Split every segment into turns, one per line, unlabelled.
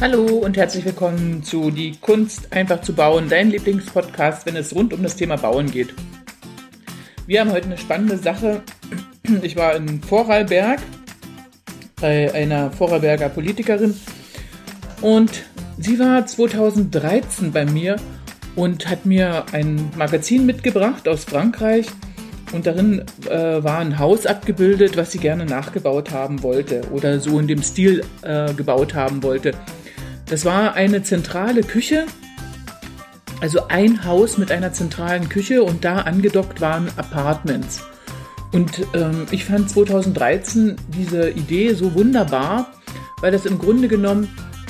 Hallo und herzlich willkommen zu Die Kunst einfach zu bauen, dein Lieblingspodcast, wenn es rund um das Thema Bauen geht. Wir haben heute eine spannende Sache. Ich war in Vorarlberg bei einer Vorarlberger Politikerin und sie war 2013 bei mir und hat mir ein Magazin mitgebracht aus Frankreich und darin war ein Haus abgebildet, was sie gerne nachgebaut haben wollte oder so in dem Stil gebaut haben wollte. Das war eine zentrale Küche, also ein Haus mit einer zentralen Küche und da angedockt waren Apartments. Und ich fand 2013 diese Idee so wunderbar, weil das im Grunde genommen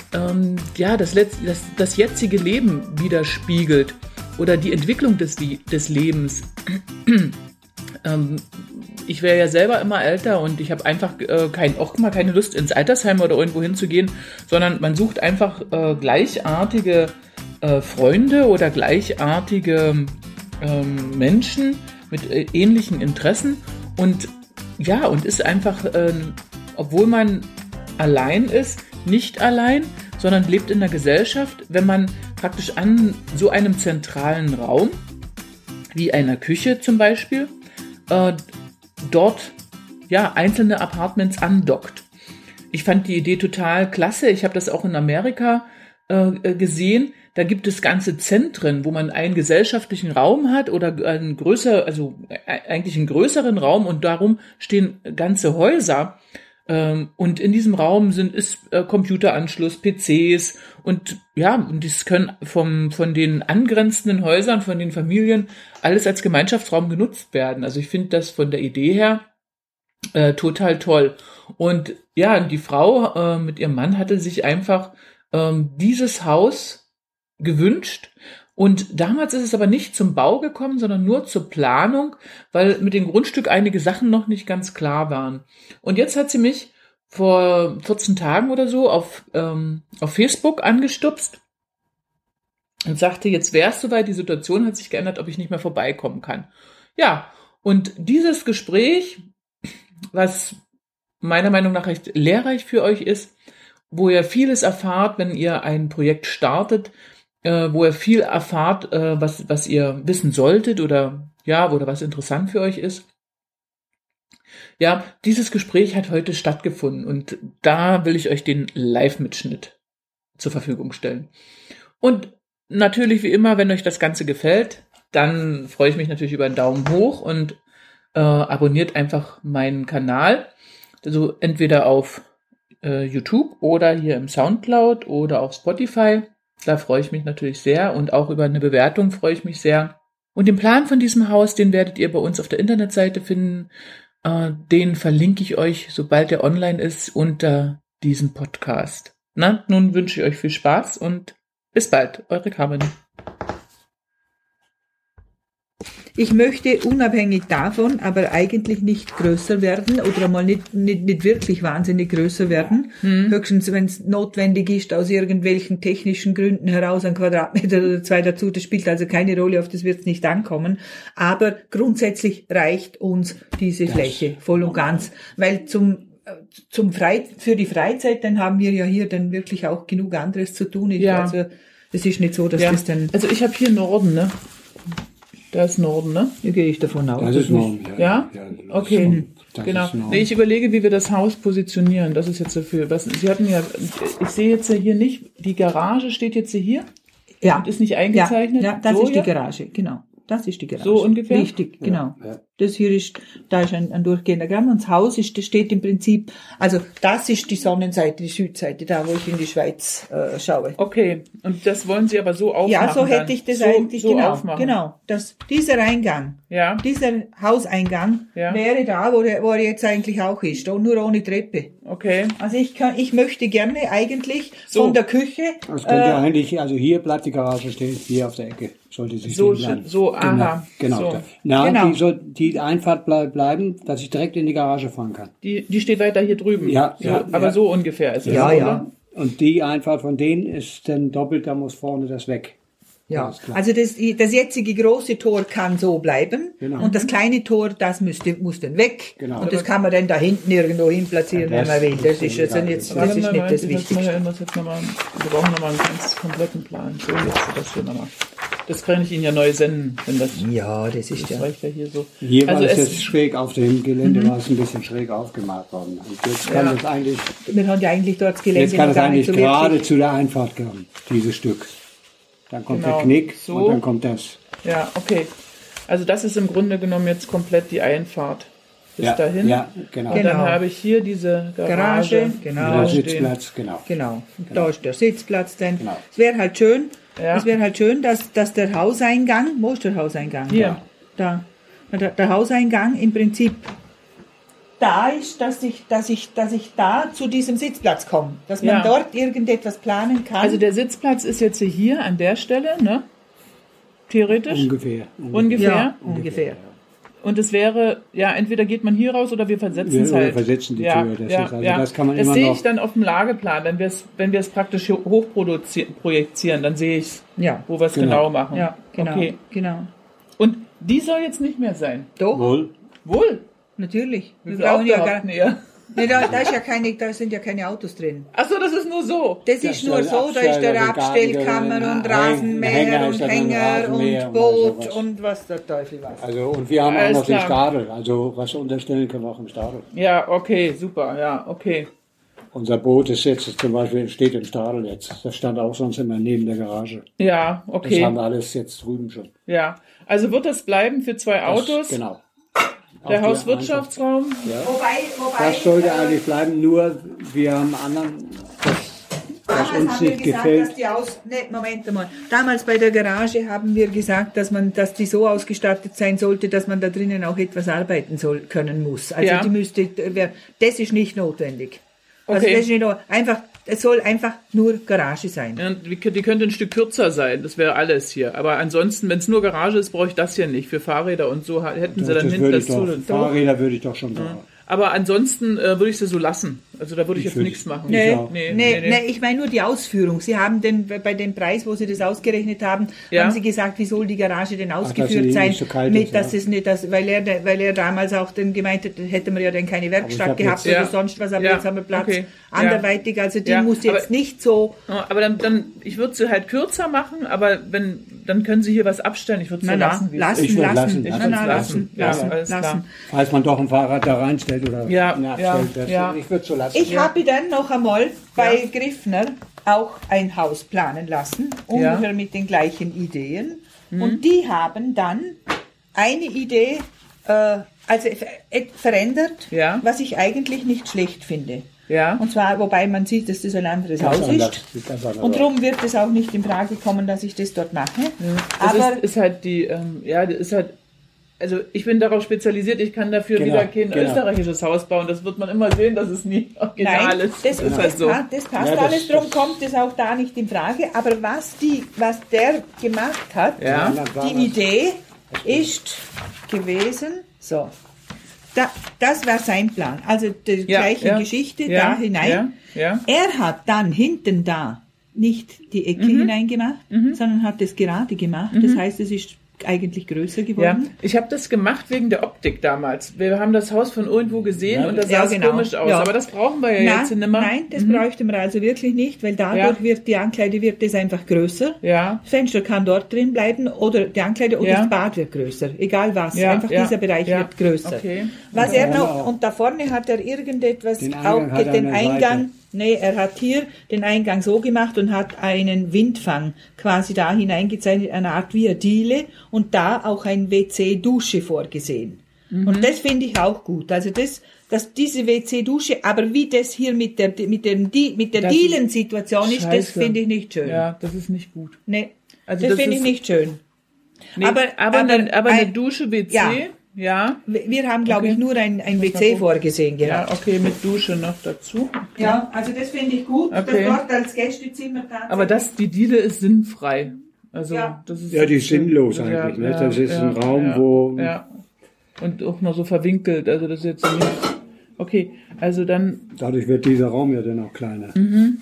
das jetzige Leben widerspiegelt oder die Entwicklung des Lebens. Ich wäre ja selber immer älter und ich habe einfach keine Lust, ins Altersheim oder irgendwo hinzugehen, sondern man sucht einfach gleichartige Freunde oder gleichartige Menschen mit ähnlichen Interessen und ist einfach, obwohl man allein ist, nicht allein, sondern lebt in der Gesellschaft, wenn man praktisch an so einem zentralen Raum, wie einer Küche zum Beispiel, dort einzelne Apartments andockt. Ich fand die Idee total klasse. Ich habe das auch in Amerika gesehen. Da gibt es ganze Zentren, wo man einen gesellschaftlichen Raum hat oder eigentlich einen größeren Raum und darum stehen ganze Häuser. Und in diesem Raum ist Computeranschluss, PCs und das können von den angrenzenden Häusern, von den Familien alles als Gemeinschaftsraum genutzt werden. Also ich finde das von der Idee her total toll. Und die Frau mit ihrem Mann hatte sich einfach dieses Haus gewünscht. Und damals ist es aber nicht zum Bau gekommen, sondern nur zur Planung, weil mit dem Grundstück einige Sachen noch nicht ganz klar waren. Und jetzt hat sie mich vor 14 Tagen oder so auf Facebook angestupst und sagte, jetzt wäre es soweit, die Situation hat sich geändert, ob ich nicht mehr vorbeikommen kann. Ja, und dieses Gespräch, was meiner Meinung nach recht lehrreich für euch ist, wo ihr vieles erfahrt, wenn ihr ein Projekt startet, wo ihr viel erfahrt, was ihr wissen solltet oder was interessant für euch ist. Ja, dieses Gespräch hat heute stattgefunden und da will ich euch den Live-Mitschnitt zur Verfügung stellen. Und natürlich wie immer, wenn euch das Ganze gefällt, dann freue ich mich natürlich über einen Daumen hoch und abonniert einfach meinen Kanal. Also entweder auf YouTube oder hier im Soundcloud oder auf Spotify. Da freue ich mich natürlich sehr und auch über eine Bewertung freue ich mich sehr. Und den Plan von diesem Haus, den werdet ihr bei uns auf der Internetseite finden. Den verlinke ich euch, sobald er online ist, unter diesem Podcast. Nun wünsche ich euch viel Spaß und bis bald. Eure Carmen.
Ich möchte unabhängig davon aber eigentlich nicht größer werden oder einmal nicht wirklich wahnsinnig größer werden. Höchstens, wenn es notwendig ist, aus irgendwelchen technischen Gründen heraus ein Quadratmeter oder 2 dazu. Das spielt also keine Rolle, auf das wird es nicht ankommen. Aber grundsätzlich reicht uns diese Fläche voll und ganz. Weil für die Freizeit, dann haben wir ja hier dann wirklich auch genug anderes zu tun. Also es ist nicht so, dass das dann...
Also ich habe hier Norden, ne? Da ist Norden, ne?
Hier gehe ich davon aus.
Das ist Norden,
ja. Okay, genau. Nee, ich überlege, wie wir das Haus positionieren. Das ist jetzt so viel. Sie hatten ich sehe jetzt hier nicht, die Garage steht jetzt hier?
Ja.
Und ist nicht eingezeichnet?
Ja, das ist die Garage, genau. Das ist die Garage.
So ungefähr?
Richtig, genau. Ja. Das hier da ist ein durchgehender Gang und das Haus steht im Prinzip, also das ist die Sonnenseite, die Südseite, da wo ich in die Schweiz schaue.
Okay, und das wollen Sie aber so aufmachen?
Ja, so hätte ich das eigentlich
aufmachen.
Genau. Dieser Eingang, dieser Hauseingang wäre da, wo er jetzt eigentlich auch ist, nur ohne Treppe.
Okay.
Also ich möchte gerne eigentlich von der Küche...
Das könnte eigentlich, also hier bleibt die Garage stehen, hier auf der Ecke sollte sie stehen bleiben.
Aha.
Genau.
So.
Die Einfahrt bleiben, dass ich direkt in die Garage fahren kann.
Die steht weiter hier drüben. Aber so ungefähr ist es.
Ja.
Und die Einfahrt von denen ist dann doppelt, da muss vorne das weg.
Ja,
Alles klar.
also das jetzige große Tor kann so bleiben
Genau.
und das kleine Tor, das muss dann weg.
Genau.
Und das kann man dann da hinten irgendwo hin platzieren,
Ja,
wenn man will. Das ist jetzt
egal.
nicht,
Warte
das ist
mal,
nicht das
ich
Wichtigste.
muss jetzt noch mal, wir brauchen nochmal einen ganz kompletten Plan. So, jetzt das hier nochmal. Das kann ich Ihnen ja neu senden, wenn das,
Ja, das ist
das
ja.
reicht ja hier so.
Hier war
Also
es
es-
jetzt schräg auf dem Gelände, war es ein bisschen schräg aufgemalt worden. Und jetzt kann
Ja.
es eigentlich,
Wir haben ja eigentlich dort das Gelände
jetzt kann
noch
es
gar nicht
eigentlich
so
gerade
wirklich.
zu der Einfahrt kommen, dieses Stück. Dann kommt
Genau.
der Knick
So.
und dann kommt das.
Ja, okay. Also das ist im Grunde genommen jetzt komplett die Einfahrt bis dahin.
Ja, genau.
Und dann
Genau.
habe ich hier diese Garage.
Garage, genau.
Der
stehen.
Sitzplatz, genau.
Genau. Und da ist der Sitzplatz dann.
Genau.
Es wäre halt schön,
Ja.
dass der Hauseingang, wo ist der Hauseingang?
Hier.
Da. Der Hauseingang im Prinzip da ist, dass ich da zu diesem Sitzplatz komme. Dass man
Ja.
dort irgendetwas planen kann.
Also der Sitzplatz ist jetzt hier an der Stelle, ne? Theoretisch.
Ungefähr.
Ungefähr.
ja, ungefähr.
Und es wäre, ja, entweder geht man hier raus oder wir versetzen es
Wir
halt.
versetzen die
ja,
Tür. Das
ja,
ist also,
ja.
das kann man
das
immer
sehe
noch.
ich dann auf dem Lageplan, wenn wir es praktisch hochprojizieren, dann sehe ich,
Ja.
wo wir es
Genau.
genau machen.
Ja, genau.
Okay.
Genau.
Und die soll jetzt nicht mehr sein.
Doch,
Wohl.
Wohl.
natürlich.
Wie
Wir
viel
brauchen ja gar
aufgehabt ihr?
nee, da sind ja keine Autos drin.
Achso, das ist nur so.
Das ist nur so, da ist der Abstellkammer und Rasenmäher und Hänger und Boot und was der Teufel was.
Also, und wir haben auch
Alles
noch den
klar.
Stadel. Also, was unterstellen können wir auch im Stadel.
Ja, okay, super, ja, okay.
Unser Boot ist jetzt zum Beispiel, steht im Stadel jetzt. Das stand auch sonst immer neben der Garage.
Ja,
Das
okay.
haben wir alles jetzt drüben schon.
Ja. Also wird das bleiben für zwei Autos?
Genau.
Der
Auch die
Hauswirtschaftsraum?
Wobei,
Das sollte eigentlich bleiben, nur wir haben anderen, was
damals
uns
haben wir
nicht
gesagt,
gefällt.
dass die Moment mal. Damals bei der Garage haben wir gesagt, dass die so ausgestattet sein sollte, dass man da drinnen auch etwas arbeiten können muss. Also
Ja.
das ist nicht notwendig. Also
Okay.
das ist nicht einfach, es soll einfach nur Garage sein.
Ja, die könnte ein Stück kürzer sein, das wäre alles hier. Aber ansonsten, wenn es nur Garage ist, brauche ich das hier nicht. Für Fahrräder und so hätten sie dann
Das
hinten
würde
das
ich doch,
zu.
Fahrräder würde ich doch schon sagen.
Aber ansonsten würde ich sie so lassen. Also da würde ich
Ich
jetzt
würde-
nichts machen.
Nee,
auch.
nee, ich meine nur die Ausführung. Sie haben bei dem Preis, wo Sie das ausgerechnet haben,
Ja.
haben Sie gesagt, wie soll die Garage denn
dass
ausgeführt
sie
sein,
nicht so kalt
mit,
ist,
dass
ja.
es nicht, weil er damals auch dann gemeint hat, hätte man ja dann keine Werkstatt
hab
gehabt
jetzt-
oder
Ja.
sonst was, aber
Ja.
jetzt haben wir Platz
Okay. Ja.
anderweitig, also die
Ja,
muss jetzt
aber-
nicht so,
Ja, aber dann ich würde sie halt kürzer machen, aber dann können sie hier was abstellen. Ich würde sie lassen, wie es ist.
Ich würd lassen.
Ich
Ich
würd's
lassen,
lassen. Ja,
lassen,
alles klar.
lassen.
Falls man doch ein Fahrrad da reinstellt oder
Ja,
abstellt.
ja, ja.
Ich würde so lassen.
Ich habe dann noch einmal bei Griffner auch ein Haus planen lassen, ungefähr mit den gleichen Ideen.
Mhm.
Und die haben dann eine Idee verändert,
Ja.
was ich eigentlich nicht schlecht finde.
Ja.
Und zwar, wobei man sieht, dass das ein anderes
Ganz
Haus
anders.
ist.
Ganz anders.
Und darum wird es auch nicht in Frage kommen, dass ich das dort mache.
Das
Aber
ist halt die, das ist halt, also ich bin darauf spezialisiert, ich kann dafür
Genau,
wieder kein
genau.
österreichisches Haus bauen. Das wird man immer sehen, dass es nie original
nein,
ist.
das,
ist halt so.
das passt
Ja, das-
alles, darum
das-
kommt es auch da nicht in Frage. Aber was der gemacht hat,
Ja.
die Idee ist gewesen, so, das war sein Plan. Also die
Ja,
gleiche
ja,
Geschichte
ja,
da hinein.
ja, ja.
Er hat dann hinten da nicht die Ecke hineingemacht, sondern hat es gerade gemacht. Das heißt, es ist eigentlich größer
Ja,
geworden.
ich habe das gemacht wegen der Optik damals. Wir haben das Haus von irgendwo gesehen
Ja,
und das
ja,
sah
genau.
komisch aus.
Ja.
Aber das brauchen wir ja jetzt nicht mehr.
Nein, das bräuchten wir also wirklich nicht, weil dadurch
Ja.
wird die Ankleide wird das einfach größer.
Ja,
Das Fenster kann dort drin bleiben oder die Ankleide oder
Ja.
das Bad wird größer. Egal was.
Ja,
Einfach
ja,
dieser Bereich
ja.
wird größer.
Okay.
Was
Ja,
er noch,
auch.
und da vorne hat er irgendetwas,
Den Eingang hat er
den
an der
Eingang,
Seite.
nee, er hat hier den Eingang so gemacht und hat einen Windfang quasi da hineingezeichnet, eine Art wie eine Diele und da auch ein WC-Dusche vorgesehen.
Mhm.
Und das finde ich auch gut. Also dass diese WC-Dusche, aber wie das hier mit der
Das ist
Dielensituation ist, das
scheiße.
finde ich nicht schön.
Ja, das ist nicht gut.
Nee,
Also
das
das
finde ich
ist-
nicht schön.
Nee,
Aber
eine
ein-
Dusche, WC,
Ja.
ja.
Wir haben, glaube ich,
Okay.
nur ein WC vorgesehen
Ja,
gehabt.
okay, mit Dusche noch dazu.
Ja, also das finde ich gut,
Okay.
dass dort als Gästezimmer tatsächlich...
Aber die Diele ist sinnfrei. Also,
Ja.
das ist
Ja, die ist sinnlos
Ja,
eigentlich. Ne?
ja,
Das ist ein
ja,
Raum,
ja,
wo
Ja. Und auch noch so verwinkelt. Also, das ist jetzt nicht. Okay, also dann.
dadurch wird dieser Raum ja dann auch kleiner.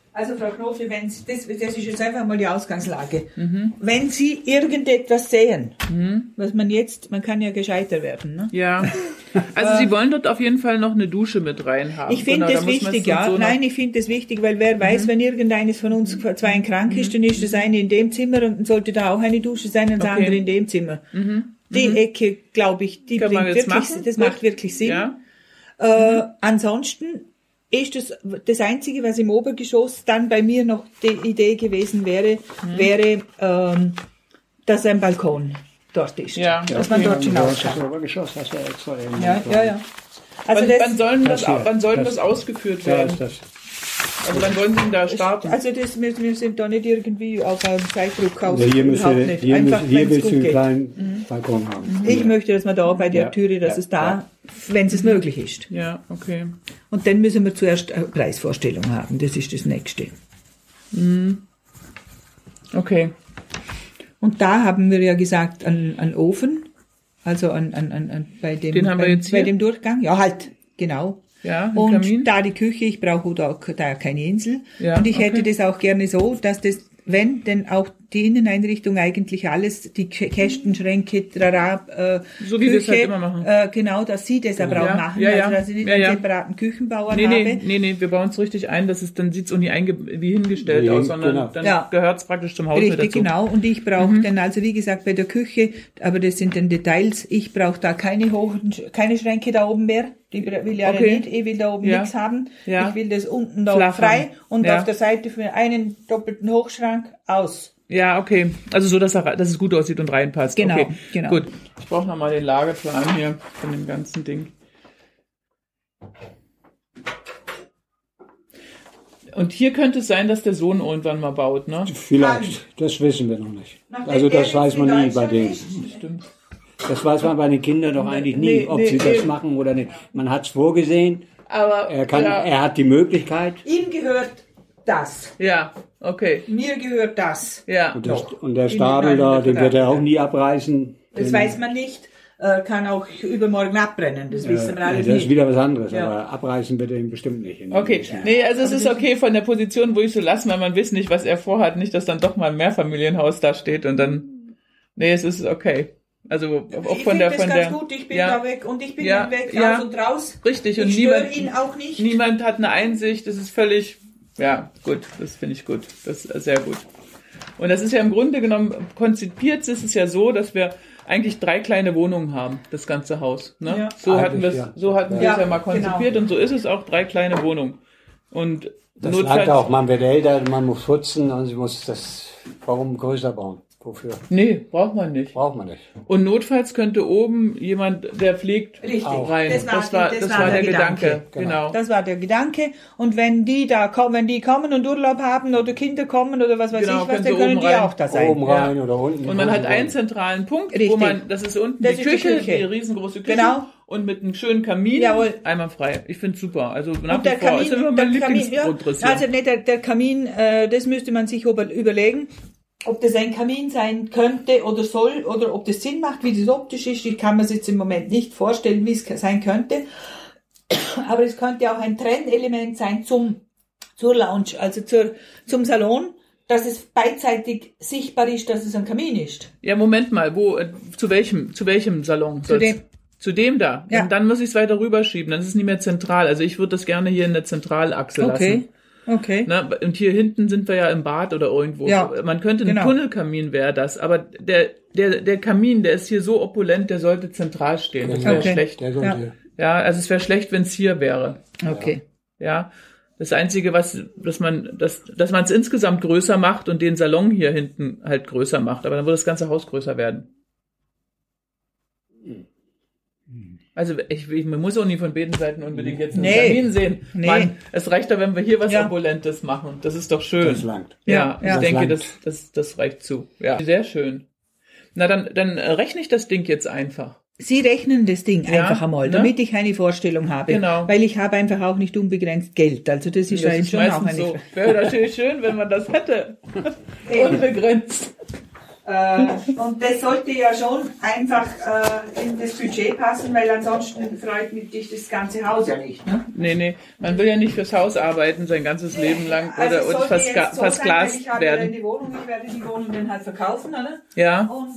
Also Frau Knofi, das ist jetzt einfach mal die Ausgangslage. Wenn Sie irgendetwas sehen, was man kann ja gescheiter werden, ne?
Ja. Also Sie wollen dort auf jeden Fall noch eine Dusche mit rein haben.
Ich finde das wichtig, ja.
So
Nein, ich finde das wichtig, weil wer weiß, wenn irgendeines von uns zwei krank ist, dann ist das eine in dem Zimmer und dann sollte da auch eine Dusche sein und das andere in dem Zimmer. Die Ecke, glaube ich, die
Kann man
bringt
jetzt
wirklich,
machen?
das
Gut.
macht wirklich Sinn.
Ja.
Ansonsten ist das Einzige, was im Obergeschoss dann bei mir noch die Idee gewesen wäre, dass ein Balkon dort ist.
Ja,
dass man dort hinaus
Das
kann.
Obergeschoss hast du ja extra eben.
Ja. Also
Wann soll das ausgeführt
Da
werden?
ist das.
Also wann wollen Sie denn da starten?
Also wir sind da nicht irgendwie auf einem Zeitdruck aus.
Ja, hier
Überhaupt nicht. Einfach,
hier
wenn's
willst du
gut
einen
geht.
kleinen Balkon haben.
Ich möchte, dass man da bei der
Ja.
Türe, dass
Ja.
es da, wenn es möglich ist.
Ja, okay.
Und dann müssen wir zuerst eine Preisvorstellung haben. Das ist das Nächste.
Okay.
Und da haben wir ja gesagt, an Ofen, also bei dem,
Den haben wir jetzt hier?
bei dem Durchgang. Ja, halt, genau.
Ja, ein
Und
Kamin.
da die Küche, ich brauche da keine Insel.
Ja,
und ich hätte
okay.
das auch gerne so, dass das, wenn denn auch die Inneneinrichtung eigentlich alles, die Kästen, Schränke,
So wie wir es halt immer machen.
Genau, dass Sie das aber auch
Ja,
machen.
ja, ja.
Also, dass ich nicht
Ja,
einen
ja.
separaten Küchenbauer
Nee,
habe.
nee, wir bauen es richtig ein, dann sieht es auch nie wie hingestellt
Nee,
aus, sondern
genau.
dann
Ja.
gehört es praktisch zum Haus mit
Richtig,
dazu.
genau. Und ich brauche dann, also wie gesagt, bei der Küche, aber das sind dann Details, ich brauche da keine Schränke da oben mehr. Die will ja
Okay.
nicht, ich will da oben
Ja.
nichts haben.
Ja.
Ich will das unten da
Flach
frei
haben.
und
Ja.
auf der Seite für einen doppelten Hochschrank aus.
Ja, okay. Also so, dass es gut aussieht und reinpasst.
Genau,
Okay.
genau.
Gut. Ich brauche nochmal den Lageplan hier von dem ganzen Ding. Und hier könnte es sein, dass der Sohn irgendwann mal baut, ne?
Vielleicht, das wissen wir noch nicht.
Nachdem
Also
der
das weiß
jetzt
man
in
nie bei
Deutschland
denen.
ist.
Stimmt.
Das weiß man bei den Kindern doch eigentlich nie, ob sie das machen oder nicht. Man hat es vorgesehen,
Aber
er hat die Möglichkeit.
Ihm gehört das.
ja, okay.
Mir gehört das.
Ja.
Und der Stadel da, den wird er auch nie abreißen.
Das weiß man nicht. Kann auch übermorgen abbrennen. Das wissen wir alle
Das ist
nicht.
wieder was anderes,
Ja.
aber abreißen wird er ihn bestimmt nicht.
Okay, nee, also es ist okay von der Position, wo ich so lasse, weil man weiß nicht, was er vorhat, nicht, dass dann doch mal ein Mehrfamilienhaus da steht und dann, nee, es ist okay. Also auch
Ich
von
finde
der,
das
von
ganz
der,
gut. Ich bin
ja,
da weg und ich bin
Ja,
dann weg,
ja.
raus und raus.
richtig und
Ich störe ihn auch nicht.
niemand hat eine Einsicht, das ist völlig, ja, gut, das finde ich gut, das ist sehr gut. Und das ist ja im Grunde genommen, konzipiert ist es ja so, dass wir eigentlich 3 kleine Wohnungen haben, das ganze Haus. Ne?
Ja.
So hatten
Eigentlich,
wir
ja.
es ja mal konzipiert
genau.
und so ist es auch, 3 kleine Wohnungen. Und
Das
notfalls-
lag auch, man wird älter, man muss putzen und sie muss das, warum größer bauen? Wofür?
Nee, braucht man nicht.
Braucht man nicht.
Und notfalls könnte oben jemand, der pflegt,
Richtig.
rein.
Das war
der Gedanke.
Genau.
Genau.
Das war der Gedanke. Und wenn die kommen und Urlaub haben oder Kinder kommen oder was weiß
Genau,
ich was,
können
dann
sie
können
oben
die
rein.
auch da sein.
Oben rein oder unten.
Und man hat
Oben
einen
rein.
zentralen Punkt, wo
Richtig.
man, das ist unten
Das
die
ist die
Küche,
Küche.
die riesengroße Küche.
Genau.
Und mit einem schönen Kamin,
Jawohl.
einmal frei. Ich finde super. Also nach
Und
wie
der
vor
Kamin,
ist immer mein Lieblingsgrundriss.
also nicht der Kamin, das müsste man sich überlegen, ob das ein Kamin sein könnte oder soll oder ob das Sinn macht, wie das optisch ist. Ich kann mir das jetzt im Moment nicht vorstellen, wie es sein könnte. Aber es könnte auch ein Trennelement sein zur Lounge, also zum Salon, dass es beidseitig sichtbar ist, dass es ein Kamin ist.
Ja, Moment mal, zu welchem Salon?
Zu dem.
Zu dem da.
Ja.
Und dann muss ich es weiter rüberschieben. Dann ist es nicht mehr zentral. Also ich würde das gerne hier in der Zentralachse lassen.
Okay.
Na, und hier hinten sind wir ja im Bad oder irgendwo.
Ja,
Man könnte einen
genau.
Tunnelkamin wäre das, aber der Kamin, der ist hier so opulent, der sollte zentral stehen. Das wäre
Okay.
schlecht.
Der sollte,
Ja, also es wäre schlecht, wenn es hier wäre.
Okay.
Ja. Das Einzige, dass man es insgesamt größer macht und den Salon hier hinten halt größer macht, aber dann würde das ganze Haus größer werden. Also man muss auch nie von beiden Seiten unbedingt jetzt einen
Nee.
Kamin sehen.
Nee.
Mann, es reicht doch, wenn wir hier was
Ja.
Opulentes machen. Das ist doch schön.
das langt.
Ja,
Ja.
ich denke,
Das
das reicht zu. Ja, sehr schön. Na, dann rechne ich das Ding jetzt einfach.
Sie rechnen das Ding
Ja,
einfach einmal,
ne?
damit ich eine Vorstellung habe.
Genau.
Weil ich habe einfach auch nicht unbegrenzt Geld. Also das ist ja
Das
jetzt
ist
schon auch
meistens
eine
so. Wäre natürlich schön, wenn man das hätte. Unbegrenzt.
Und das sollte ja schon einfach in das Budget passen, weil ansonsten freut mich dich das ganze Haus ja nicht. Ne?
Nee, man will ja nicht fürs Haus arbeiten sein ganzes Leben lang oder
es sollte jetzt so
verglast
sein, ich habe
werden.
eine Wohnung, ich werde die Wohnung dann halt verkaufen, oder?
Ja,
Und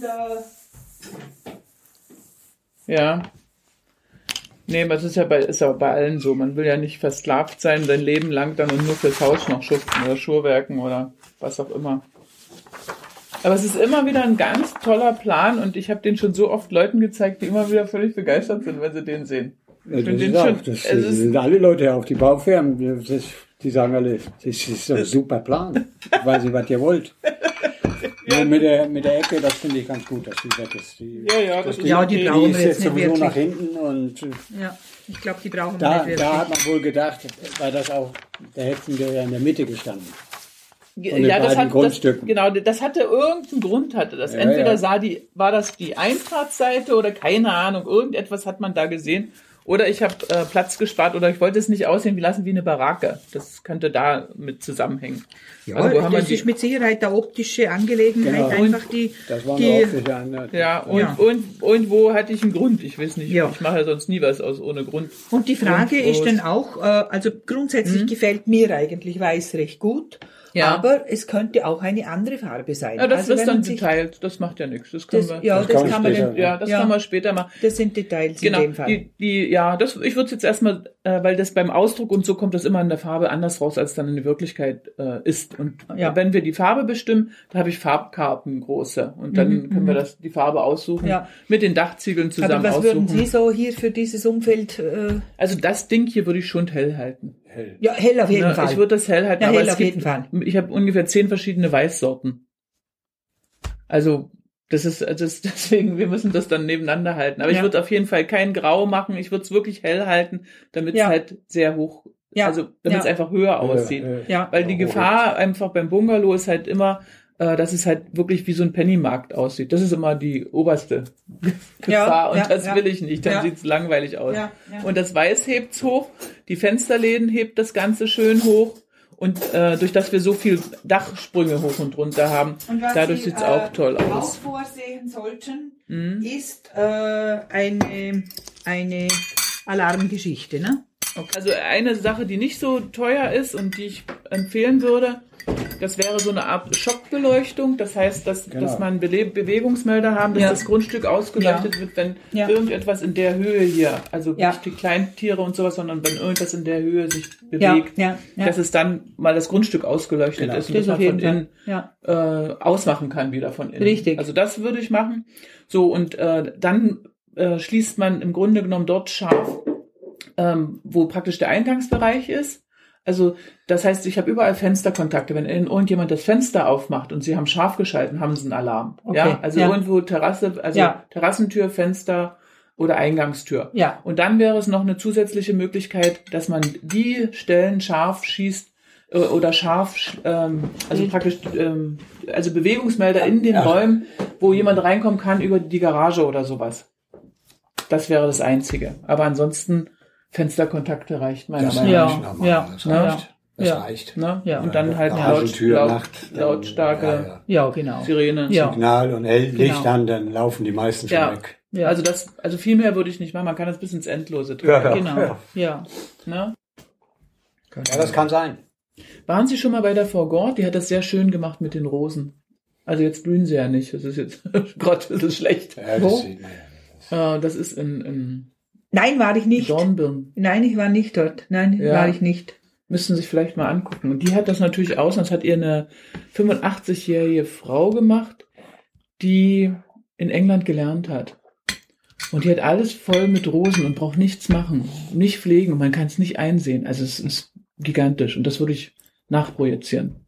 ja. Nee, das ist ja bei allen so. Man will ja nicht versklavt sein, sein Leben lang dann und nur fürs Haus noch schuften oder Schuhwerken oder was auch immer. Aber es ist immer wieder ein ganz toller Plan und ich habe den schon so oft Leuten gezeigt, die immer wieder völlig begeistert sind, wenn sie den sehen.
Das sind alle Leute, auch die Baufirmen, die sagen alle, das ist so ein super Plan. Ich weiß nicht, was ihr wollt. Nur mit der Ecke, das finde ich ganz gut, dass die weg ist. Die
brauchen
ist
wir jetzt
sowieso
nicht wirklich.
nach hinten und
ja, ich glaube, die brauchen wir nicht wirklich.
da hat man wohl gedacht, weil das auch, da hätten wir ja in der Mitte gestanden.
Ja, das hatte irgendeinen Grund, hatte das. Entweder war das die Einfahrtsseite oder keine Ahnung, irgendetwas hat man da gesehen. Oder ich habe Platz gespart oder ich wollte es nicht aussehen lassen wie eine Baracke. Das könnte da mit zusammenhängen.
Ja, also, das ist mit Sicherheit eine optische Angelegenheit, einfach
das war eine optische Angelegenheit.
Ja, und wo hatte ich einen Grund? Ich weiß nicht, ich mache ja sonst nie was ohne Grund.
Und die Frage ist dann auch, also grundsätzlich gefällt mir eigentlich weiß recht gut. Ja. Aber es könnte auch eine andere Farbe sein.
Ja, das ist dann Details. Das macht ja nichts. Das kann man später machen.
Das sind Details in dem Fall.
Ich würde es jetzt erstmal, weil das beim Ausdruck und so kommt das immer in der Farbe anders raus, als dann in der Wirklichkeit ist. Und wenn wir die Farbe bestimmen, da habe ich Farbkarten große. Und dann können wir die Farbe aussuchen, mit den Dachziegeln zusammen aussuchen.
Aber was würden Sie so hier für dieses Umfeld?
Also das Ding hier würde ich schon hell halten.
Hell.
Ja, hell auf jeden Fall.
Ich würde das hell halten,
ja,
aber
hell auf jeden Fall.
Ich habe ungefähr 10 verschiedene Weißsorten. Also deswegen, wir müssen das dann nebeneinander halten. Aber ich würde auf jeden Fall kein Grau machen. Ich würde es wirklich hell halten, damit es halt sehr hoch, also damit es einfach höher aussieht. Weil die Gefahr einfach beim Bungalow ist halt immer, dass es halt wirklich wie so ein Pennymarkt aussieht. Das ist immer die oberste Gefahr und das will ich nicht. Dann sieht's langweilig aus. Und das Weiß hebt's hoch, die Fensterläden hebt das Ganze schön hoch und durch das wir so viel Dachsprünge hoch und runter haben, dadurch sieht's auch toll aus.
Was Sie auch vorsehen sollten, ist eine Alarmgeschichte, ne?
Okay. Also eine Sache, die nicht so teuer ist und die ich empfehlen würde, das wäre so eine Art Schockbeleuchtung. Das heißt, dass man Bewegungsmelder haben, dass das Grundstück ausgeleuchtet wird, wenn irgendetwas in der Höhe hier, also nicht die Kleintiere und sowas, sondern wenn irgendwas in der Höhe sich bewegt, dass es dann mal das Grundstück ausgeleuchtet ist und dass man von innen ausmachen kann wieder von innen.
Richtig.
Also das würde ich machen. So, und dann schließt man im Grunde genommen dort scharf, wo praktisch der Eingangsbereich ist. Also das heißt, ich habe überall Fensterkontakte. Wenn irgendjemand das Fenster aufmacht und sie haben scharf geschalten, haben sie einen Alarm. Okay. Ja, also irgendwo Terrasse, Terrassentür, Fenster oder Eingangstür. Ja. Und dann wäre es noch eine zusätzliche Möglichkeit, dass man die Stellen scharf schießt oder scharf, also praktisch, also Bewegungsmelder in den Räumen, wo jemand reinkommen kann über die Garage oder sowas. Das wäre das Einzige. Aber ansonsten Fensterkontakte reicht meiner Meinung nach.
Das reicht.
Ne? Ja. Und dann halt lautstarke Sirene.
Signal und Licht an, dann laufen die meisten schon weg.
Ja. Also viel mehr würde ich nicht machen. Man kann das bis ins Endlose tun.
Ja.
Ne?
Ja, das kann sein.
Waren Sie schon mal bei der Frau Gort? Die hat das sehr schön gemacht mit den Rosen. Also jetzt blühen sie ja nicht. Das ist jetzt gerade ein bisschen schlecht.
Ja, das sieht man ja.
Das ist in
Nein, war ich nicht.
Dornbirn.
Nein, ich war nicht dort. Nein, war ich nicht.
Müssten Sie sich vielleicht mal angucken. Und die hat das natürlich aus, das hat ihr eine 85-jährige Frau gemacht, die in England gelernt hat. Und die hat alles voll mit Rosen und braucht nichts machen, nicht pflegen und man kann es nicht einsehen. Also es ist gigantisch und das würde ich nachprojizieren.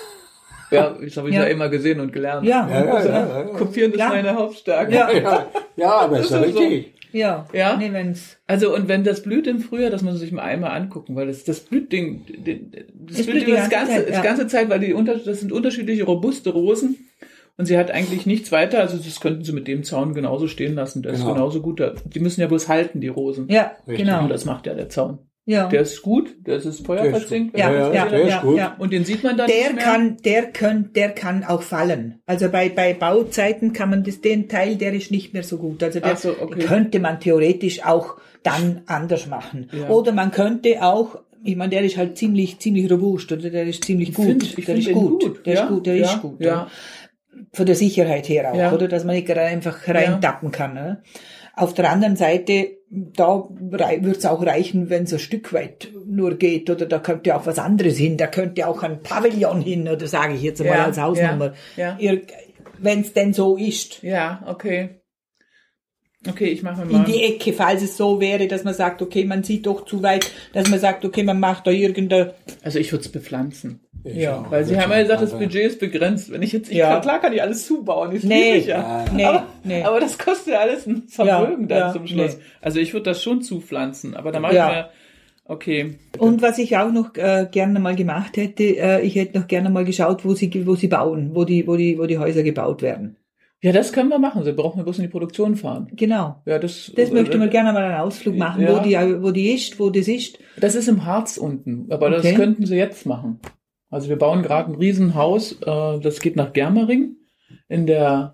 Das habe ich ja immer gesehen und gelernt. Kopieren ist meine Hauptstärke.
Ja, aber ist doch richtig.
Ja.
Nee, also, und wenn das blüht im Frühjahr, das muss man sich mal einmal angucken, weil das blüht das blüht die ganze Zeit, weil das sind unterschiedliche robuste Rosen und sie hat eigentlich nichts weiter, also das könnten sie mit dem Zaun genauso stehen lassen, der ist genauso gut. Die müssen ja bloß halten, die Rosen.
Ja,
richtig.
genau.
Und das macht ja der Zaun.
Ja.
Der ist gut, das ist feuerverzehrt.
Ja,
der ist gut.
ja.
Und den sieht man dann nicht mehr.
Der kann auch fallen. Also bei Bauzeiten kann man den Teil, der ist nicht mehr so gut. Also der könnte man theoretisch auch dann anders machen. Ja. Oder man könnte auch, ich meine, der ist halt ziemlich robust, oder der ist ziemlich gut. Der ist gut. Der ist gut. Ja. Von der Sicherheit her auch, oder? Dass man nicht gerade einfach reintappen kann. Ne? Auf der anderen Seite, da wird's auch reichen, wenn es ein Stück weit nur geht, oder da könnte auch was anderes hin, da könnte auch ein Pavillon hin, oder sage ich jetzt mal als Hausnummer. Ja. Wenn es denn so ist.
Ja, okay. Okay, ich mache mal.
In die Ecke, falls es so wäre, dass man sagt, okay, man sieht doch zu weit, dass man sagt, okay, man macht da irgendeine...
Also ich würde es bepflanzen. Ja, weil Sie haben ja gesagt, das Budget ist begrenzt. Wenn ich jetzt, klar kann ich alles zubauen, das liebe ich ja. Aber das kostet ja alles ein Vermögen dann zum Schluss. Also ich würde das schon zupflanzen, aber da mache ich mir, okay. Bitte.
Und was ich auch noch gerne mal gemacht hätte, ich hätte noch gerne mal geschaut, wo sie bauen, wo die Häuser gebaut werden.
Ja, das können wir machen. Sie brauchen bloß in die Produktion fahren.
Genau.
Ja, das
möchte man gerne mal einen Ausflug machen, wo das ist.
Das ist im Harz unten, aber das könnten Sie jetzt machen. Also wir bauen gerade ein Riesenhaus, das geht nach Germering in der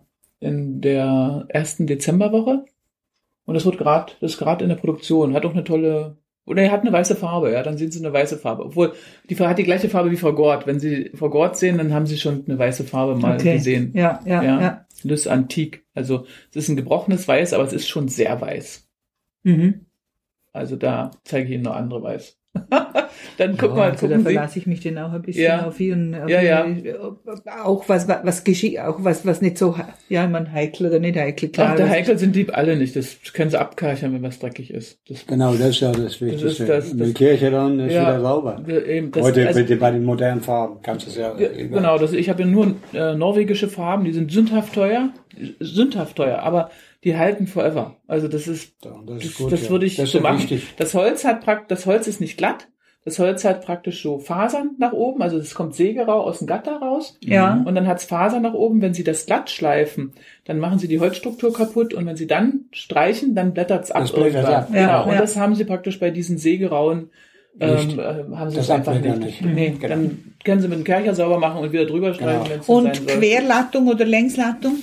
ersten Dezemberwoche. Und das ist gerade in der Produktion, hat auch eine tolle, oder er hat eine weiße Farbe, dann sehen Sie eine weiße Farbe. Obwohl, die hat die gleiche Farbe wie Frau Gort. Wenn Sie Frau Gort sehen, dann haben Sie schon eine weiße Farbe mal gesehen. Ja. Das ist antik. Also es ist ein gebrochenes Weiß, aber es ist schon sehr weiß. Mhm. Also da zeige ich Ihnen noch andere Weiß. Dann gucken
da verlasse ich mich denn auch ein bisschen auf Ihren, auch was nicht so, heikel oder nicht heikel, klar.
Ach, der heikel sind die alle nicht, das können Sie abkärchern, wenn was dreckig ist.
Genau, das ist ja das Wichtigste. Die Kirche dann ist wieder sauber. Heute bei den modernen Farben kannst du es ja.
Genau, ich habe ja nur norwegische Farben, die sind sündhaft teuer, aber die halten forever. Also das würde ich so machen. Wichtig. Das Holz ist nicht glatt. Das Holz hat praktisch so Fasern nach oben. Also es kommt Säge aus dem Gatter raus. Ja. Und dann hat's Fasern nach oben. Wenn Sie das glatt schleifen, dann machen Sie die Holzstruktur kaputt. Und wenn Sie dann streichen, dann blättert's ab. Genau. Und das haben Sie praktisch bei diesen sägerauen, haben Sie das einfach nicht. Nee, genau. Dann können Sie mit dem Kercher sauber machen und wieder drüber streichen, wenn es so sein soll.
Und Querlattung oder Längslattung?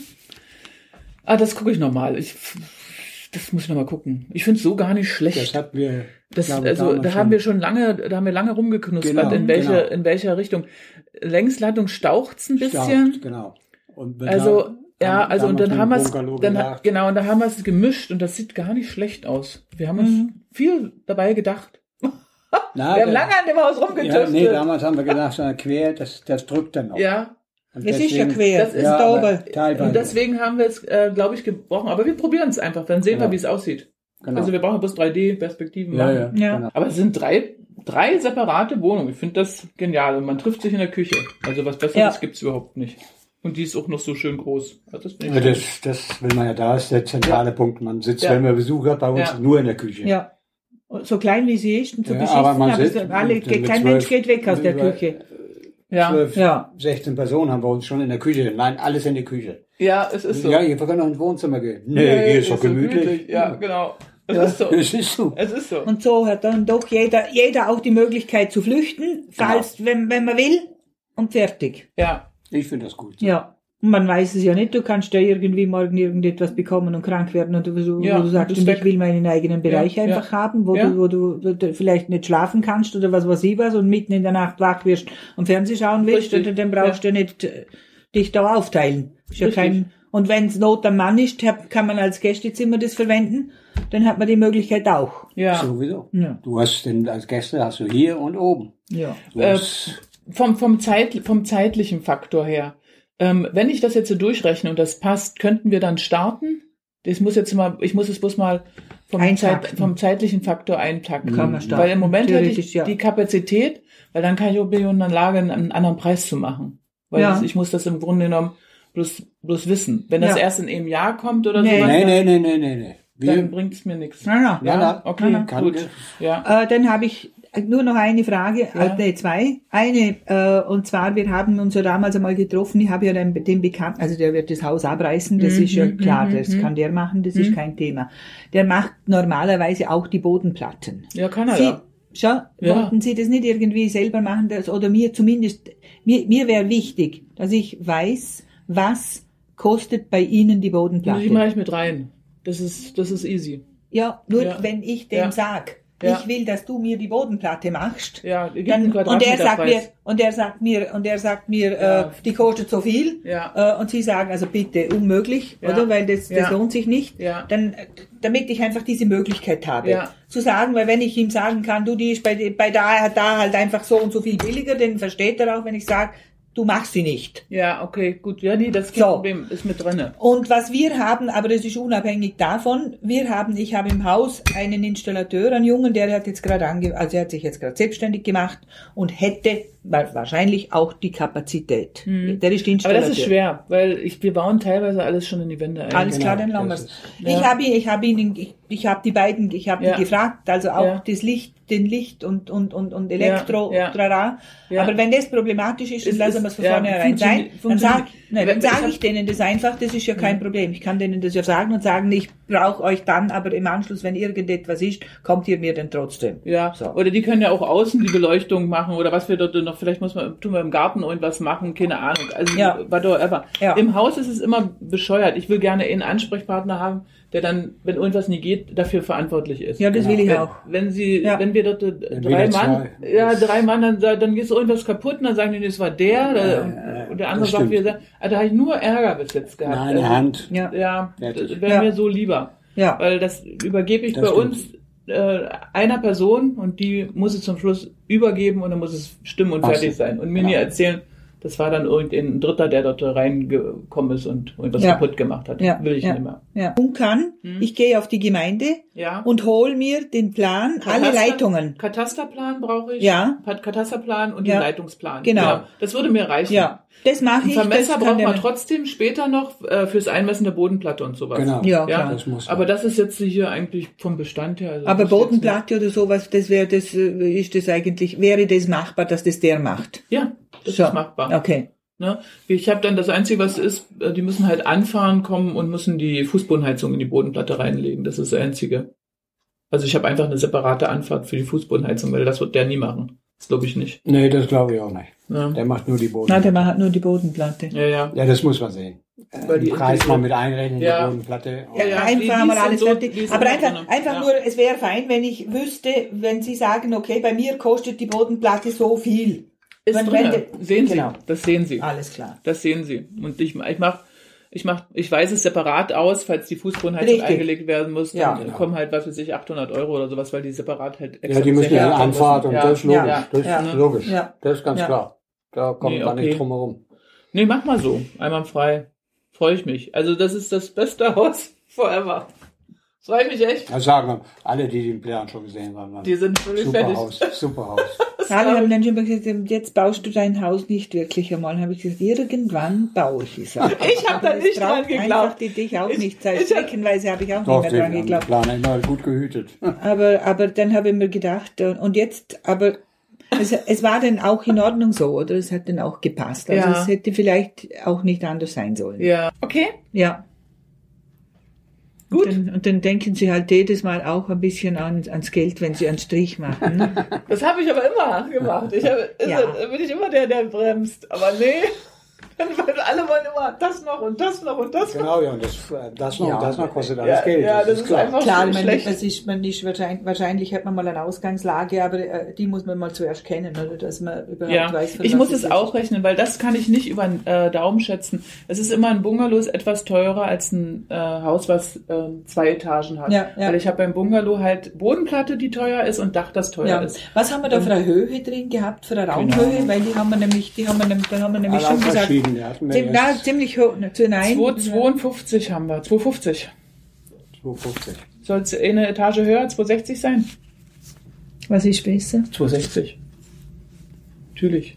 Das gucke ich nochmal. Das muss ich nochmal gucken. Ich finde es so gar nicht schlecht.
Das hatten wir,
da haben wir lange rumgeknuspert, in welcher Richtung. Längslattung staucht's ein bisschen.
Genau. Und
und dann haben wir es gemischt und das sieht gar nicht schlecht aus. Wir haben uns viel dabei gedacht. Wir haben lange an dem Haus rumgetüftelt.
Damals haben wir gedacht, quer, das drückt dann auch.
Ja.
Es ist ja quer.
Das ist sauber. Und deswegen haben wir es, glaube ich, gebrochen. Aber wir probieren es einfach. Dann sehen wir, wie es aussieht. Genau. Also wir brauchen bloß 3D-Perspektiven machen. Ja. Genau. Aber es sind drei separate Wohnungen. Ich finde das genial. Und man trifft sich in der Küche. Also was Besseres gibt's überhaupt nicht. Und die ist auch noch so schön groß. Also
das will man ja, da ist der zentrale Punkt. Man sitzt, wenn man Besuch hat, bei uns nur in der Küche.
Ja. So klein wie sie ist und so beschissen, aber kein Mensch geht weg aus der Küche.
16 Personen haben wir uns schon in der Küche. Nein, alles in der Küche.
Ja, es ist so.
Ja, wir können auch ins Wohnzimmer gehen. Nee, hier ist doch gemütlich.
Ja, genau. Es ist so.
Und so hat dann doch jeder auch die Möglichkeit zu flüchten, falls, wenn man will, und fertig.
Ja.
Ich finde das gut.
Ja. Und man weiß es ja nicht, du kannst ja irgendwie morgen irgendetwas bekommen und krank werden und wo du sagst, ich will meinen eigenen Bereich einfach haben, wo du vielleicht nicht schlafen kannst oder was weiß ich was und mitten in der Nacht wach wirst und Fernsehen schauen willst, und dann brauchst du nicht dich da aufteilen. Ist ja und wenn es Not am Mann ist, kann man als Gästezimmer das verwenden, dann hat man die Möglichkeit auch.
Ja. Sowieso. Ja. Du hast als Gäste hast du hier und oben.
Ja.
Vom zeitlichen Faktor her. Wenn ich das jetzt so durchrechne und das passt, könnten wir dann starten? Ich muss es bloß mal vom zeitlichen Faktor einpacken.
Kann man starten.
Weil im Moment hätte ich die Kapazität, weil dann kann ich auch in der Lage, einen anderen Preis zu machen. Weil ich muss das im Grunde genommen bloß wissen. Wenn das erst in einem Jahr kommt oder sowas.
Nee.
Dann bringt es mir nichts.
Okay,
gut.
Dann habe ich nur noch eine Frage, zwei. Eine, und zwar, wir haben uns ja damals einmal getroffen, ich habe ja den Bekannten, also der wird das Haus abreißen, das ist ja klar, das kann der machen, das ist kein Thema. Der macht normalerweise auch die Bodenplatten.
Ja, kann er
Schau, wollten Sie das nicht irgendwie selber machen, oder mir zumindest, mir wäre wichtig, dass ich weiß, was kostet bei Ihnen die Bodenplatte.
Die mache ich mit rein. Das ist easy.
Ja, nur wenn ich dem sag, ich will, dass du mir die Bodenplatte machst, dann, und er sagt mir, die kostet so viel, und Sie sagen, also bitte unmöglich, oder, weil das lohnt sich nicht, dann, damit ich einfach diese Möglichkeit habe, zu sagen, weil wenn ich ihm sagen kann, du, die ist bei da halt einfach so und so viel billiger, dann versteht er auch, wenn ich sage, du machst sie nicht.
Ja, okay, gut. Ja, nee, das Problem ist mit drinne.
Und was wir haben, aber das ist unabhängig davon, ich habe im Haus einen Installateur, einen Jungen, der hat jetzt gerade er hat sich jetzt gerade selbstständig gemacht und hätte wahrscheinlich auch die Kapazität. Der ist Installateur.
Aber das ist schwer, weil wir bauen teilweise alles schon in die Wände ein.
Alles klar, dann lassen wir es. Ich habe die beiden gefragt, also auch den Licht und Elektro, trara. Aber wenn das problematisch ist, dann lassen wir es von vornherein sein. Dann sage ich denen das einfach, das ist ja kein Problem. Ich kann denen das ja sagen und sagen, ich brauche euch dann, aber im Anschluss, wenn irgendetwas ist, kommt ihr mir dann trotzdem.
Ja, so. Oder die können ja auch außen die Beleuchtung machen oder was wir dort noch, vielleicht tun wir im Garten irgendwas machen, keine Ahnung. Also whatever. Ja. Im Haus ist es immer bescheuert. Ich will gerne einen Ansprechpartner haben, der dann, wenn irgendwas nie geht, dafür verantwortlich ist.
Ja, das will ich auch.
Wenn wir dort drei Mann, dann geht irgendwas kaputt und dann sagen die, das war der, und der andere sagt, da habe ich nur Ärger bis jetzt gehabt.
Eine Hand.
Ja, das wäre mir so lieber. Ja. Weil das übergebe ich bei uns einer Person und die muss es zum Schluss übergeben und dann muss es stimmen und fertig sein. Und mir nie erzählen, das war dann irgendein Dritter, der dort reingekommen ist und irgendwas kaputt gemacht hat. Will ich nicht mehr.
Ja. Und ich gehe auf die Gemeinde und hole mir den Plan, alle Leitungen.
Katasterplan brauche ich. Ja. Katasterplan und den Leitungsplan.
Genau.
Ja, das würde mir reichen.
Ja. Das mache ich.
Vermesser braucht man trotzdem später noch fürs Einmessen der Bodenplatte und sowas.
Genau.
Ja, klar.
Das muss
aber das ist jetzt hier eigentlich vom Bestand her. Also
aber Bodenplatte oder sowas, wäre das machbar, dass das der macht?
Ja, das ist machbar.
Okay.
Ne? Ich habe dann das Einzige, was ist, die müssen halt anfahren kommen und müssen die Fußbodenheizung in die Bodenplatte reinlegen. Das ist das Einzige. Also ich habe einfach eine separate Anfahrt für die Fußbodenheizung, weil das wird der nie machen. Das glaube ich nicht.
Nee, das glaube ich auch nicht. Ja. Der macht nur die Bodenplatte.
Nein, der macht nur die Bodenplatte.
Ja, das muss man sehen. Weil die Preis mal mit einrechnen, die Bodenplatte.
Einfach mal alles fertig. Aber einfach nur, es wäre fein, wenn ich wüsste, wenn Sie sagen, okay, bei mir kostet die Bodenplatte so viel.
Sehen Sie. Genau. Das sehen Sie.
Alles klar.
Das sehen Sie. Und ich weise es separat aus, falls die Fußbodenheizung eingelegt werden muss, dann kommen halt, was weiß ich, 800 € oder sowas, weil die separat halt extra.
Ja, die müssen ja Anfahrt und das ist logisch. Das ist logisch. Ja. Das ist ganz klar. Da kommt man nicht drum herum.
Nee, mach mal so. Einwandfrei. Freue ich mich. Also das ist das beste Haus forever. Freue ich mich echt.
Das sagen wir, alle, die den Plan schon gesehen haben.
Die sind völlig fertig.
Super Haus.
Alle haben dann schon gesagt, jetzt baust du dein Haus nicht wirklich einmal. Habe ich gesagt, irgendwann baue ich es auch.
Ich habe da nicht dran geglaubt.
Einfach die dich auch nicht. Streckenweise habe ich auch nicht mehr dran geglaubt.
Plan immer gut gehütet.
Aber dann habe ich mir gedacht, und jetzt, aber es war dann auch in Ordnung so, oder? Es hat dann auch gepasst. Also es hätte vielleicht auch nicht anders sein sollen.
Ja. Okay.
Ja. Gut. Und dann denken sie halt jedes Mal auch ein bisschen ans Geld, wenn sie einen Strich machen.
Das habe ich aber immer gemacht. Bin ich immer der bremst. Aber nee, alle wollen immer das noch und das noch und das noch.
Genau, ja, und das noch kostet alles Geld.
Ja, das ist klar. Einfach
klar, man ist wahrscheinlich hat man mal eine Ausgangslage, aber die muss man mal zuerst kennen, oder, dass man überhaupt weiß,
ich muss es auch rechnen, weil das kann ich nicht über den Daumen schätzen. Es ist immer ein Bungalow etwas teurer als ein Haus, was 2 Etagen hat. Ja. Weil ich habe beim Bungalow halt Bodenplatte, die teuer ist und Dach, das teuer ist.
Was haben wir da für eine Höhe drin gehabt, für eine Raumhöhe? Genau. Weil da haben wir nämlich schon gesagt, ziemlich hoch.
2,52 haben wir. 2,50. Soll es eine Etage höher, 2,60 sein?
Was ist besser?
2,60. Natürlich.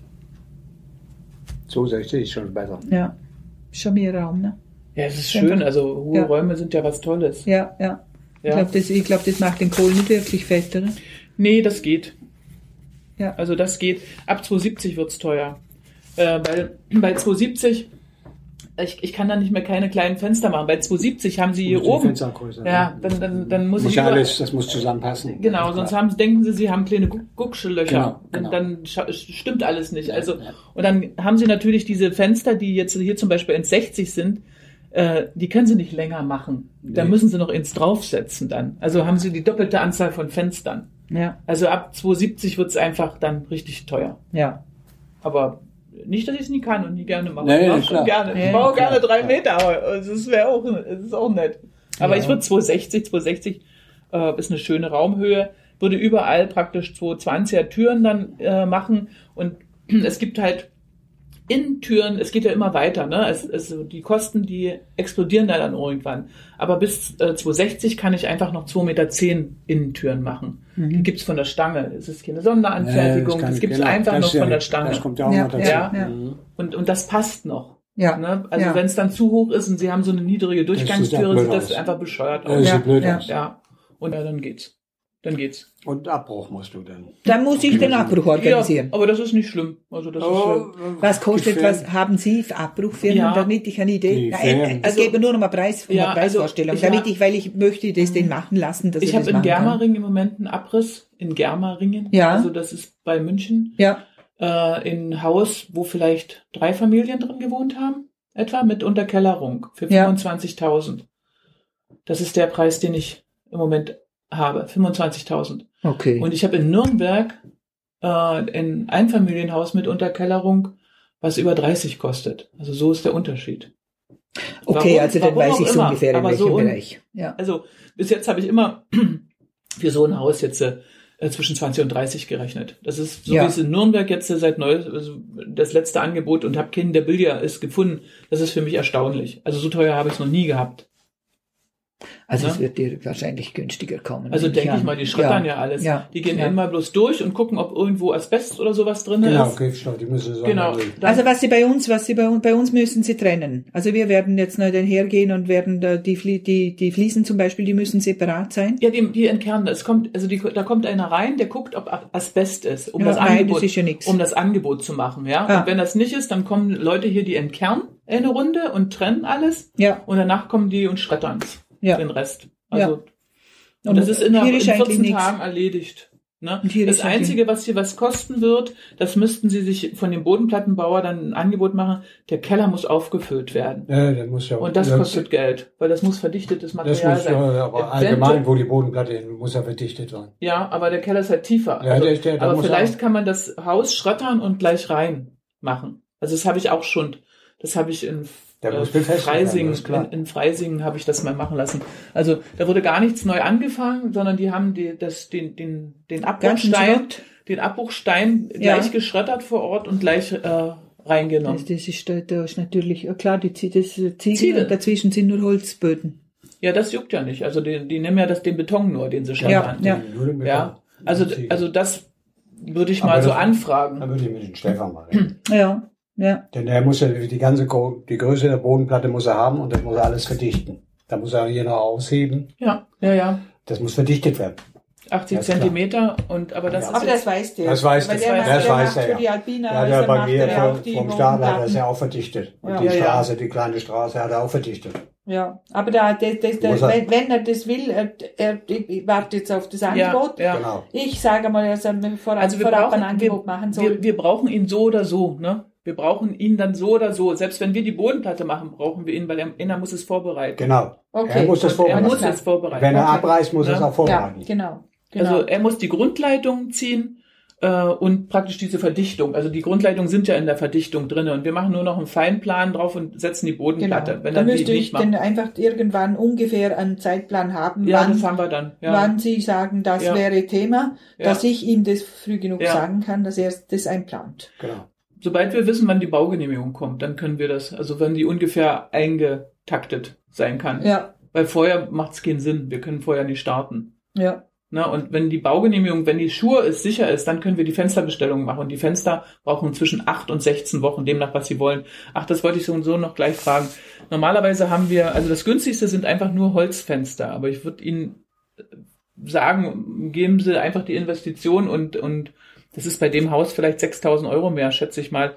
2,60 ist schon besser.
Ja, schon mehr Raum, ne?
Ja, es ist schön. Also hohe Räume sind ja was Tolles.
Ja. Ich glaube, das macht den Kohl nicht wirklich fett, oder?
Nee, das geht.
Ja.
Also das geht. Ab 2,70 wird's teuer. Weil bei 2,70 ich kann da nicht mehr keine kleinen Fenster machen. Bei 270 haben sie hier oben.
Fenstergröße,
Ja, dann muss ich
das muss zusammenpassen.
Genau, sonst denken sie haben kleine Guckschellöcher.
Genau.
Dann stimmt alles nicht. Also, und dann haben sie natürlich diese Fenster, die jetzt hier zum Beispiel 1,60 sind, die können sie nicht länger machen. Da müssen sie noch ins draufsetzen dann. Also haben sie die doppelte Anzahl von Fenstern.
Ja.
Also ab 270 wird es einfach dann richtig teuer.
Ja.
Aber nicht, dass ich es nie kann und nie gerne mache.
Nee,
ich mache schon gerne. Ich baue gerne 3 Meter, aber es ist auch nett. Aber ich würde 260 ist eine schöne Raumhöhe, würde überall praktisch 220er Türen dann machen und es gibt halt Innentüren, es geht ja immer weiter, ne? Die Kosten, die explodieren da dann irgendwann. Aber bis 260 kann ich einfach noch 2,10 Meter Innentüren machen. Die gibt's von der Stange. Es ist keine Sonderanfertigung, das gibt's einfach noch von der Stange.
Das kommt ja auch noch dazu.
Ja. Und das passt noch.
Ja.
Ne? Also wenn es dann zu hoch ist und sie haben so eine niedrige Durchgangstüre, sieht das einfach bescheuert aus.
Das sieht blöd aus.
Ja. Und dann geht's.
Und Abbruch musst du dann.
Dann muss ich den Abbruch organisieren.
Ja, aber das ist nicht schlimm. Also das ist
was kostet, was haben Sie für Abbruchfirmen, damit ich eine Idee? Es geht mir nur um eine Preisvorstellung, weil ich möchte das den machen lassen. Dass
ich habe in Germering im Moment einen Abriss, in Germeringen.
Ja.
Also das ist bei München.
Ja.
In Haus, wo vielleicht 3 Familien drin gewohnt haben, etwa mit Unterkellerung für 25.000. Das ist der Preis, den ich im Moment habe, 25.000.
Okay.
Und ich habe in Nürnberg ein Einfamilienhaus mit Unterkellerung, was über 30 kostet. Also so ist der Unterschied.
Okay, also dann weiß ich so ungefähr in welchem Bereich. Ja.
Also bis jetzt habe ich immer für so ein Haus jetzt zwischen 20 und 30 gerechnet. Das ist so wie es in Nürnberg jetzt seit also das letzte Angebot und habe keinen, der billiger ist, gefunden. Das ist für mich erstaunlich. Also so teuer habe ich es noch nie gehabt.
Also es wird dir wahrscheinlich günstiger kommen.
Also denke ich mal, die schreddern ja alles. Ja. Die gehen immer bloß durch und gucken, ob irgendwo Asbest oder sowas drin ist.
Genau, Giftstoff, die müssen so.
Genau.
Also bei uns müssen sie trennen. Also wir werden jetzt noch hergehen und werden die Fliesen zum Beispiel, die müssen separat sein.
Ja, die entkernen. Da kommt einer rein, der guckt, ob Asbest ist, um das Angebot zu machen. Ja. Und wenn das nicht ist, dann kommen Leute hier, die entkernen eine Runde und trennen alles. Ja. Und danach kommen die und schreddern's. Ja. Den Rest. Also, und das ist in 14 Tagen erledigt. Ne? Das Einzige, was kosten wird, das müssten sie sich von dem Bodenplattenbauer dann ein Angebot machen, der Keller muss aufgefüllt werden.
Ja, der muss ja.
Und das kostet Geld, weil das muss verdichtetes Material sein.
Aber allgemein, wo die Bodenplatte hin, muss ja verdichtet sein.
Ja, aber der Keller ist halt tiefer. Ja, also, aber vielleicht kann man das Haus schreddern und gleich rein machen. Also das habe ich auch schon. Das habe ich in Freising habe ich das mal machen lassen. Also da wurde gar nichts neu angefangen, sondern die haben den Abbruchstein gleich geschreddert vor Ort und gleich reingenommen.
Das ist natürlich klar, die Ziegel dazwischen sind nur Holzböden.
Ja, das juckt ja nicht. Also die nehmen ja den Beton nur, den sie schreddern. Ja. Also das würde ich mal so anfragen.
Dann würde ich mit dem Stefan mal reden.
Ja.
Denn er muss ja die Größe der Bodenplatte muss er haben und das muss er alles verdichten. Da muss er hier noch ausheben.
Ja.
Das muss verdichtet werden.
80 Zentimeter aber das ist.
Aber das weiß der.
Das weiß der.
Für die Alpina.
Ja, der bei mir vom Stapel hat das ja auch verdichtet. Und die Straße, die kleine Straße, hat er auch verdichtet.
Ja, aber wenn er das will, er wartet jetzt auf das Angebot.
Ja. Genau.
Ich sage mal, dass er vorab ein Angebot machen soll.
Wir brauchen ihn so oder so, ne? Wir brauchen ihn dann so oder so. Selbst wenn wir die Bodenplatte machen, brauchen wir ihn, weil er muss es vorbereiten.
Genau.
Okay.
Er muss das
vorbereiten.
Wenn er abreißt, muss er es auch vorbereiten.
Ja, genau.
Also er muss die Grundleitung ziehen und praktisch diese Verdichtung. Also die Grundleitungen sind ja in der Verdichtung drin und wir machen nur noch einen Feinplan drauf und setzen die Bodenplatte.
Genau. Dann müsste ich dann einfach irgendwann ungefähr einen Zeitplan haben,
das haben wir dann. Ja.
Wann Sie sagen, das wäre Thema, dass ich ihm das früh genug sagen kann, dass er das einplant.
Genau.
Sobald wir wissen, wann die Baugenehmigung kommt, dann können wir das, also wenn die ungefähr eingetaktet sein kann. Ja. Weil vorher macht es keinen Sinn. Wir können vorher nicht starten.
Ja.
Na, und wenn die Baugenehmigung, wenn die Schur sicher ist, dann können wir die Fensterbestellung machen. Und die Fenster brauchen zwischen 8 und 16 Wochen, demnach, was sie wollen. Ach, das wollte ich so und so noch gleich fragen. Normalerweise haben wir, also das günstigste sind einfach nur Holzfenster. Aber ich würde Ihnen sagen, geben Sie einfach die Investition und das ist bei dem Haus vielleicht 6.000 € mehr, schätze ich mal.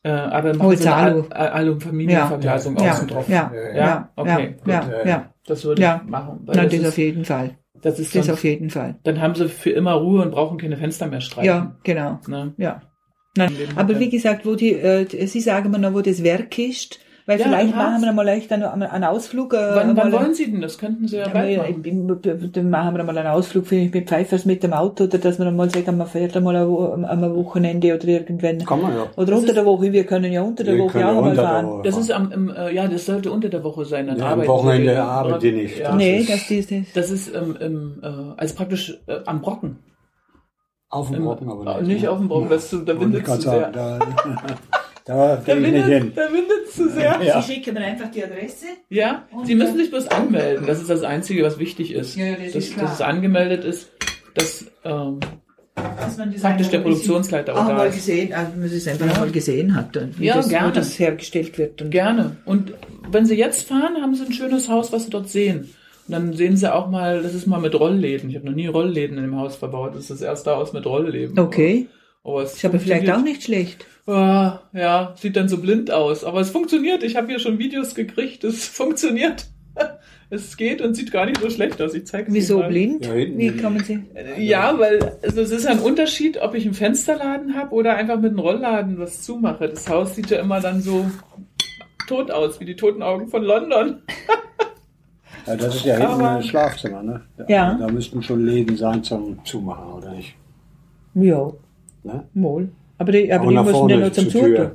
Aber machen so eine Aluminiumverglasung außen drauf.
Ja,
okay.
Ja.
Das würde ich machen.
Nein, das auf jeden Fall.
Das auf jeden Fall. Dann haben sie für immer Ruhe und brauchen keine Fenster mehr streichen.
Ja, genau.
Ne?
Ja. Nein, aber wie gesagt, Sie sagen mir noch, wo das Werk ist, weil vielleicht machen wir mal echt einen Ausflug.
Wann wollen Sie denn? Das könnten Sie ja bald machen.
Dann machen wir mal einen Ausflug vielleicht mit Pfeifers mit dem Auto, oder dass wir mal sagen, man fährt einmal am Wochenende oder irgendwann.
Kann man ja.
Oder unter der Woche, wir können ja unter der Woche auch einmal fahren.
Das ist das sollte unter der Woche sein. Dann
am Wochenende arbeite ich nicht.
Ja.
Nee,
das ist also praktisch am Brocken.
Auf dem Brocken aber nicht.
Nicht auf dem Brocken, da windet es zu sehr.
Da gehe ich nicht hin.
Da windet es zu sehr.
Ja. Sie schicken mir einfach die Adresse.
Ja, Sie müssen sich bloß anmelden. Das ist das Einzige, was wichtig ist.
Ja, das ist klar.
Dass es angemeldet ist, dass praktisch der Produktionsleiter auch da ist.
Gesehen, also man es einfach mal gesehen hat, wie
gerne.
das hergestellt wird.
Gerne. Und wenn Sie jetzt fahren, haben Sie ein schönes Haus, was Sie dort sehen. Und dann sehen Sie auch mal, das ist mal mit Rollläden. Ich habe noch nie Rollläden in dem Haus verbaut. Das ist das erste Haus mit Rollläden.
Okay.
Aber
ist aber vielleicht auch nicht schlecht.
Ja, sieht dann so blind aus. Aber es funktioniert. Ich habe hier schon Videos gekriegt. Es funktioniert. Es geht und sieht gar nicht so schlecht aus. Ich zeige es Ihnen mal.
Wieso blind? Wie kommen Sie?
Ja, weil es ist ein Unterschied, ob ich einen Fensterladen habe oder einfach mit einem Rollladen was zumache. Das Haus sieht ja immer dann so tot aus, wie die toten Augen von London.
Ja, das ist ja hinten das Schlafzimmer, ne?
Ja.
Da müssten schon Läden sein zum Zumachen, oder nicht?
Ja.
Ne?
Wohl. Aber die müssen ja nur zum Zutun.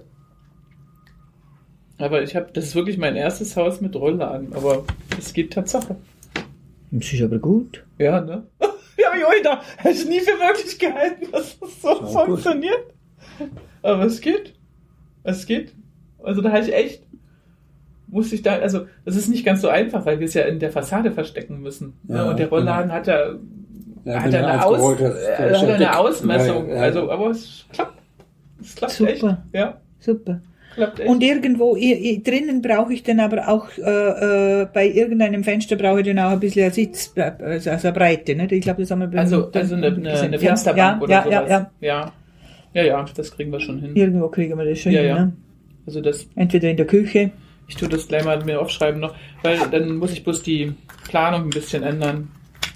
Aber das ist wirklich mein erstes Haus mit Rollladen, aber es geht Tatsache.
Das ist aber gut.
Ja, ne? Ja, da hätte ich nie für möglich gehalten, dass das so funktioniert. Gut. Aber es geht. Es geht. Also da hatte ich echt, das ist nicht ganz so einfach, weil wir es ja in der Fassade verstecken müssen. Ja, ne? Und der Rollladen hat eine Ausmessung. Ja. Aber es klappt. Es klappt
super.
Echt. Ja.
Super.
Klappt echt.
Und irgendwo drinnen brauche ich dann aber auch bei irgendeinem Fenster brauche ich dann auch ein bisschen Sitz, also eine Breite, ne? Ich glaube, das haben wir
also eine Fensterbank oder sowas. Ja, das kriegen wir schon hin.
Irgendwo kriegen wir das schon hin. Ne?
Also das
entweder in der Küche.
Ich tue das gleich mal mir aufschreiben noch, weil dann muss ich bloß die Planung ein bisschen ändern.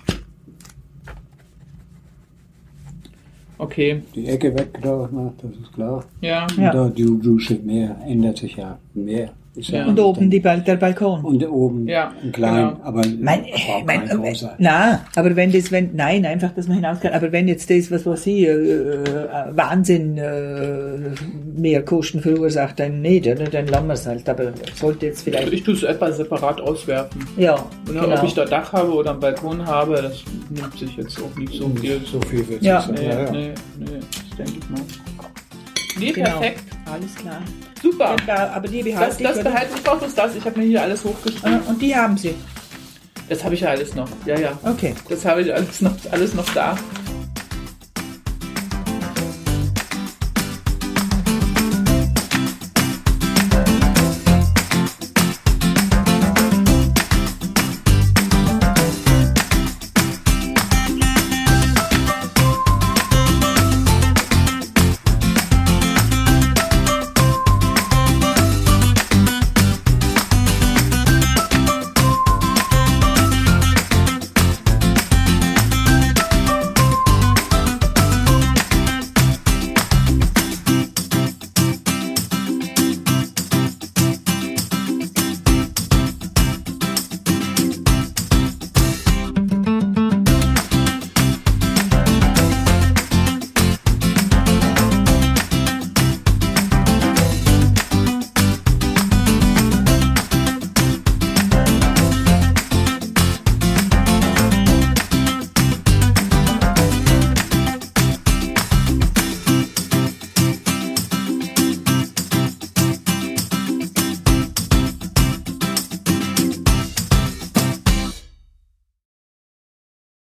Okay.
Die Ecke weg, da, das ist klar.
Ja.
Und da die Dusche mehr, ändert sich ja mehr.
Und oben der Balkon.
Und oben ein klein,
genau.
aber kein großer.
Aber nein, einfach, dass man hinaus kann. Aber wenn jetzt das, was weiß ich, Wahnsinn mehr Kosten verursacht, dann nicht, oder? Dann lassen wir es halt. Aber sollte jetzt vielleicht...
Ich tue es etwas separat auswerfen.
Ja,
genau. Ob ich da Dach habe oder einen Balkon habe, das nimmt sich jetzt auch nicht so viel.
So viel wird es
sein. Nee, das denke ich mal. Nee, genau. Perfekt.
Alles klar.
Super.
Ja, aber die behalte
das behalte ich auch, das. Ich habe mir hier alles hochgeschrieben.
Und die haben Sie?
Das habe ich ja alles noch. Ja.
Okay.
Das habe ich alles noch da.